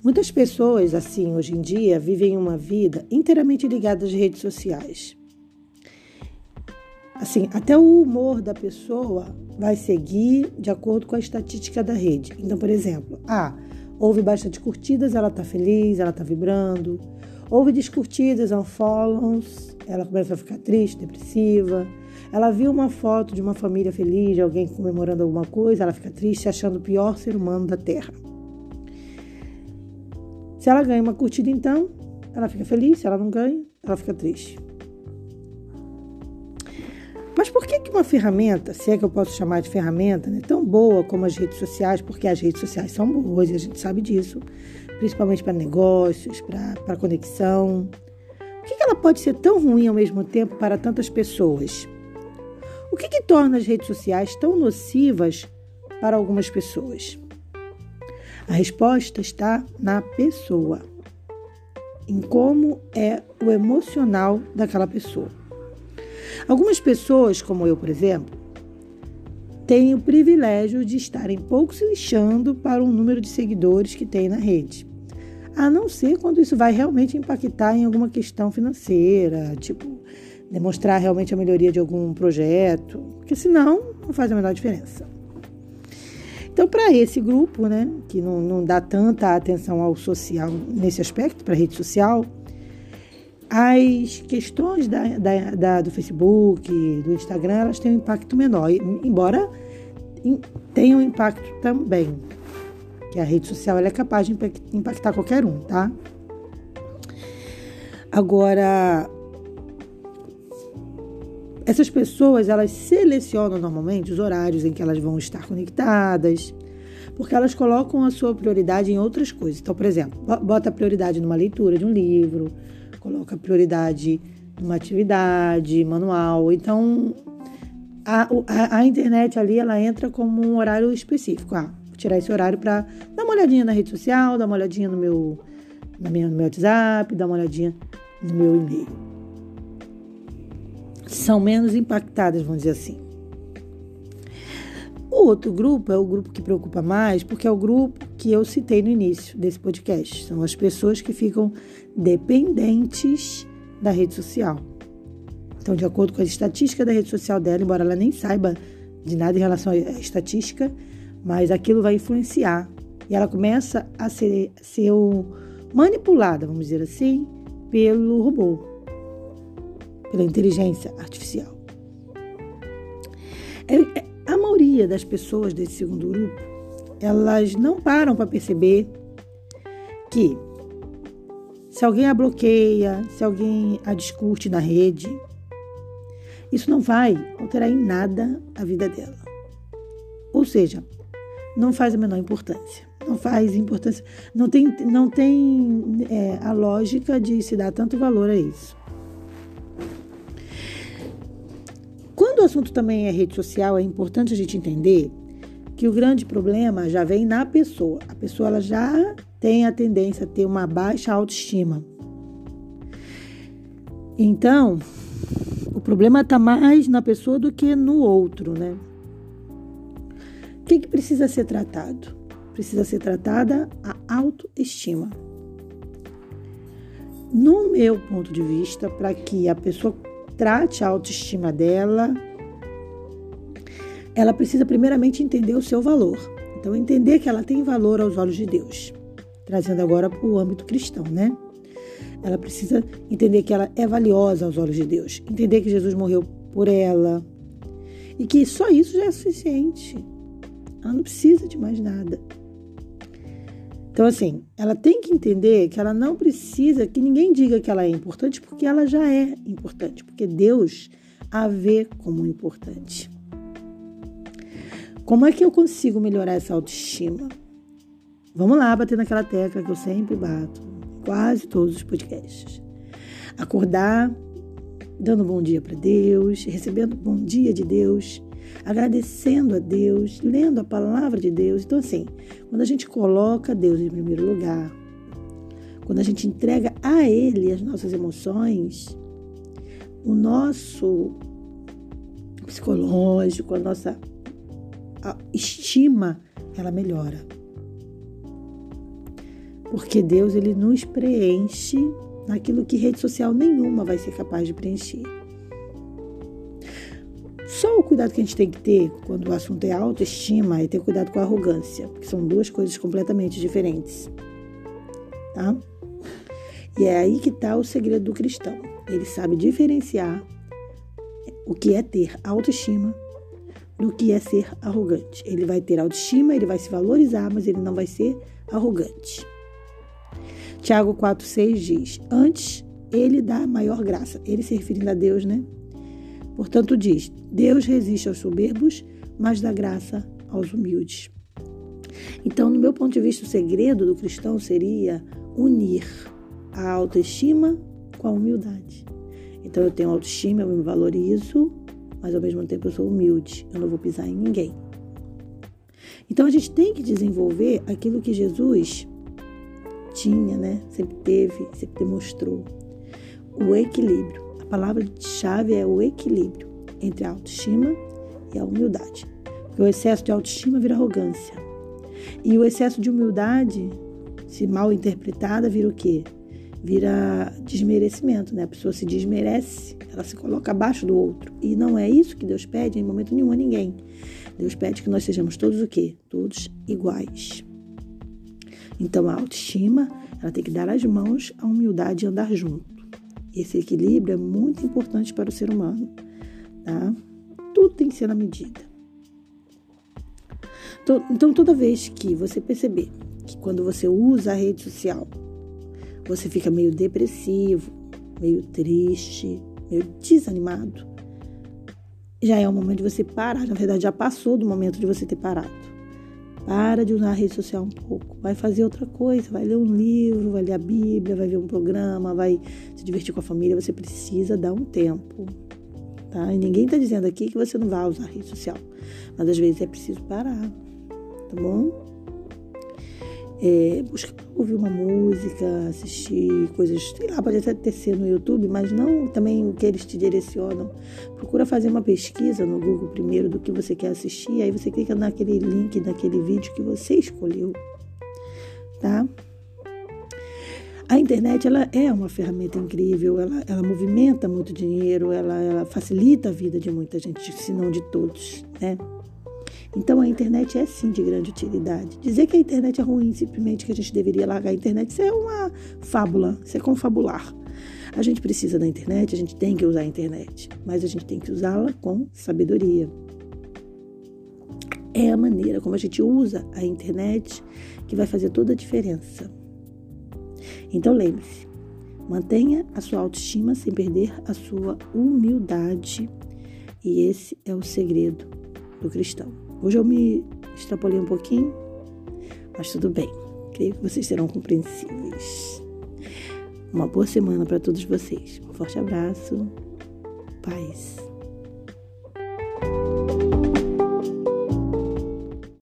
Muitas pessoas, assim, hoje em dia, vivem uma vida inteiramente ligada às redes sociais. Assim, até o humor da pessoa vai seguir de acordo com a estatística da rede. Então, por exemplo, houve bastante curtidas, ela está feliz, ela está vibrando. Houve descurtidas, unfollows, ela começa a ficar triste, depressiva. Ela viu uma foto de uma família feliz, de alguém comemorando alguma coisa, ela fica triste, achando o pior ser humano da Terra. Se ela ganha uma curtida, então, ela fica feliz. Se ela não ganha, ela fica triste. Mas por que uma ferramenta, se é que eu posso chamar de ferramenta, né, tão boa como as redes sociais, porque as redes sociais são boas e a gente sabe disso, principalmente para negócios, para conexão, por que ela pode ser tão ruim ao mesmo tempo para tantas pessoas? O que torna as redes sociais tão nocivas para algumas pessoas? A resposta está na pessoa, em como é o emocional daquela pessoa. Algumas pessoas, como eu, por exemplo, têm o privilégio de estarem pouco se lixando para o número de seguidores que tem na rede. A não ser quando isso vai realmente impactar em alguma questão financeira, tipo, demonstrar realmente a melhoria de algum projeto, porque senão não faz a menor diferença. Então, para esse grupo, né, que não dá tanta atenção ao social nesse aspecto, para a rede social, as questões do Facebook, do Instagram, elas têm um impacto menor, embora tenham um impacto também, que a rede social ela é capaz de impactar qualquer um, tá? Agora, essas pessoas, elas selecionam normalmente os horários em que elas vão estar conectadas, porque elas colocam a sua prioridade em outras coisas. Então, por exemplo, bota a prioridade numa leitura de um livro, coloca a prioridade numa atividade manual. Então, a internet ali, ela entra como um horário específico. Vou tirar esse horário para dar uma olhadinha na rede social, dar uma olhadinha no meu WhatsApp, dar uma olhadinha no meu e-mail. São menos impactadas, vamos dizer assim. O outro grupo é o grupo que preocupa mais, porque é o grupo que eu citei no início desse podcast. São as pessoas que ficam dependentes da rede social. Então, de acordo com as estatísticas da rede social dela, embora ela nem saiba de nada em relação à estatística, mas aquilo vai influenciar. E ela começa a ser manipulada, vamos dizer assim, pelo robô, pela inteligência artificial. A maioria das pessoas desse segundo grupo, elas não param para perceber que se alguém a bloqueia, se alguém a discute na rede, isso não vai alterar em nada a vida dela. Ou seja, não faz a menor importância. Não faz importância. Não tem a lógica de se dar tanto valor a isso. Quando o assunto também é rede social, é importante a gente entender que o grande problema já vem na pessoa. A pessoa ela já tem a tendência a ter uma baixa autoestima. Então, o problema está mais na pessoa do que no outro, né? O que precisa ser tratado? Precisa ser tratada a autoestima. No meu ponto de vista, para que a pessoa trate a autoestima dela, ela precisa primeiramente entender o seu valor. Então, entender que ela tem valor aos olhos de Deus. Trazendo agora para o âmbito cristão, né? Ela precisa entender que ela é valiosa aos olhos de Deus. Entender que Jesus morreu por ela. E que só isso já é suficiente. Ela não precisa de mais nada. Então, assim, ela tem que entender que ela não precisa que ninguém diga que ela é importante, porque ela já é importante. Porque Deus a vê como importante. Como é que eu consigo melhorar essa autoestima? Vamos lá, bater naquela tecla que eu sempre bato, em quase todos os podcasts. Acordar, dando bom dia para Deus, recebendo bom dia de Deus, agradecendo a Deus, lendo a palavra de Deus. Então, assim, quando a gente coloca Deus em primeiro lugar, quando a gente entrega a Ele as nossas emoções, o nosso psicológico, a nossa estima, ela melhora. Porque Deus, ele nos preenche naquilo que rede social nenhuma vai ser capaz de preencher. Só o cuidado que a gente tem que ter quando o assunto é autoestima é ter cuidado com a arrogância, porque são duas coisas completamente diferentes. Tá? E é aí que está o segredo do cristão. Ele sabe diferenciar o que é ter autoestima do que é ser arrogante. Ele vai ter autoestima, ele vai se valorizar, mas ele não vai ser arrogante. Tiago 4,6 diz: antes ele dá maior graça. Ele se referindo a Deus, né? Portanto diz: Deus resiste aos soberbos, mas dá graça aos humildes. Então, no meu ponto de vista, o segredo do cristão seria unir a autoestima com a humildade. Então, eu tenho autoestima, eu me valorizo, mas ao mesmo tempo eu sou humilde. Eu não vou pisar em ninguém. Então, a gente tem que desenvolver aquilo que Jesus tinha, né? Sempre teve, sempre demonstrou. O equilíbrio. A palavra-chave é o equilíbrio entre a autoestima e a humildade. Porque o excesso de autoestima vira arrogância. E o excesso de humildade, se mal interpretada, vira o quê? Vira desmerecimento, né? A pessoa se desmerece, ela se coloca abaixo do outro. E não é isso que Deus pede em momento nenhum a ninguém. Deus pede que nós sejamos todos o quê? Todos iguais. Então, a autoestima, ela tem que dar as mãos à humildade e andar junto. Esse equilíbrio é muito importante para o ser humano, tá? Tudo tem que ser na medida. Então, toda vez que você perceber que quando você usa a rede social, você fica meio depressivo, meio triste, meio desanimado, já é o momento de você parar. Na verdade, já passou do momento de você ter parado. Para de usar a rede social um pouco. Vai fazer outra coisa. Vai ler um livro, vai ler a Bíblia, vai ver um programa, vai se divertir com a família. Você precisa dar um tempo. Tá? E ninguém está dizendo aqui que você não vai usar a rede social. Mas às vezes é preciso parar. Tá bom? Busca ouvir uma música, assistir coisas, sei lá, pode até ser no YouTube, mas não também o que eles te direcionam. Procura fazer uma pesquisa no Google primeiro do que você quer assistir, aí você clica naquele link, naquele vídeo que você escolheu, tá? A internet, ela é uma ferramenta incrível, ela movimenta muito dinheiro, ela facilita a vida de muita gente, se não de todos, né? Então, a internet é, sim, de grande utilidade. Dizer que a internet é ruim, simplesmente que a gente deveria largar a internet, isso é uma fábula, isso é confabular. A gente precisa da internet, a gente tem que usar a internet, mas a gente tem que usá-la com sabedoria. É a maneira como a gente usa a internet que vai fazer toda a diferença. Então, lembre-se, mantenha a sua autoestima sem perder a sua humildade. E esse é o segredo do cristão. Hoje eu me extrapolei um pouquinho, mas tudo bem. Creio que vocês serão compreensíveis. Uma boa semana para todos vocês. Um forte abraço. Paz.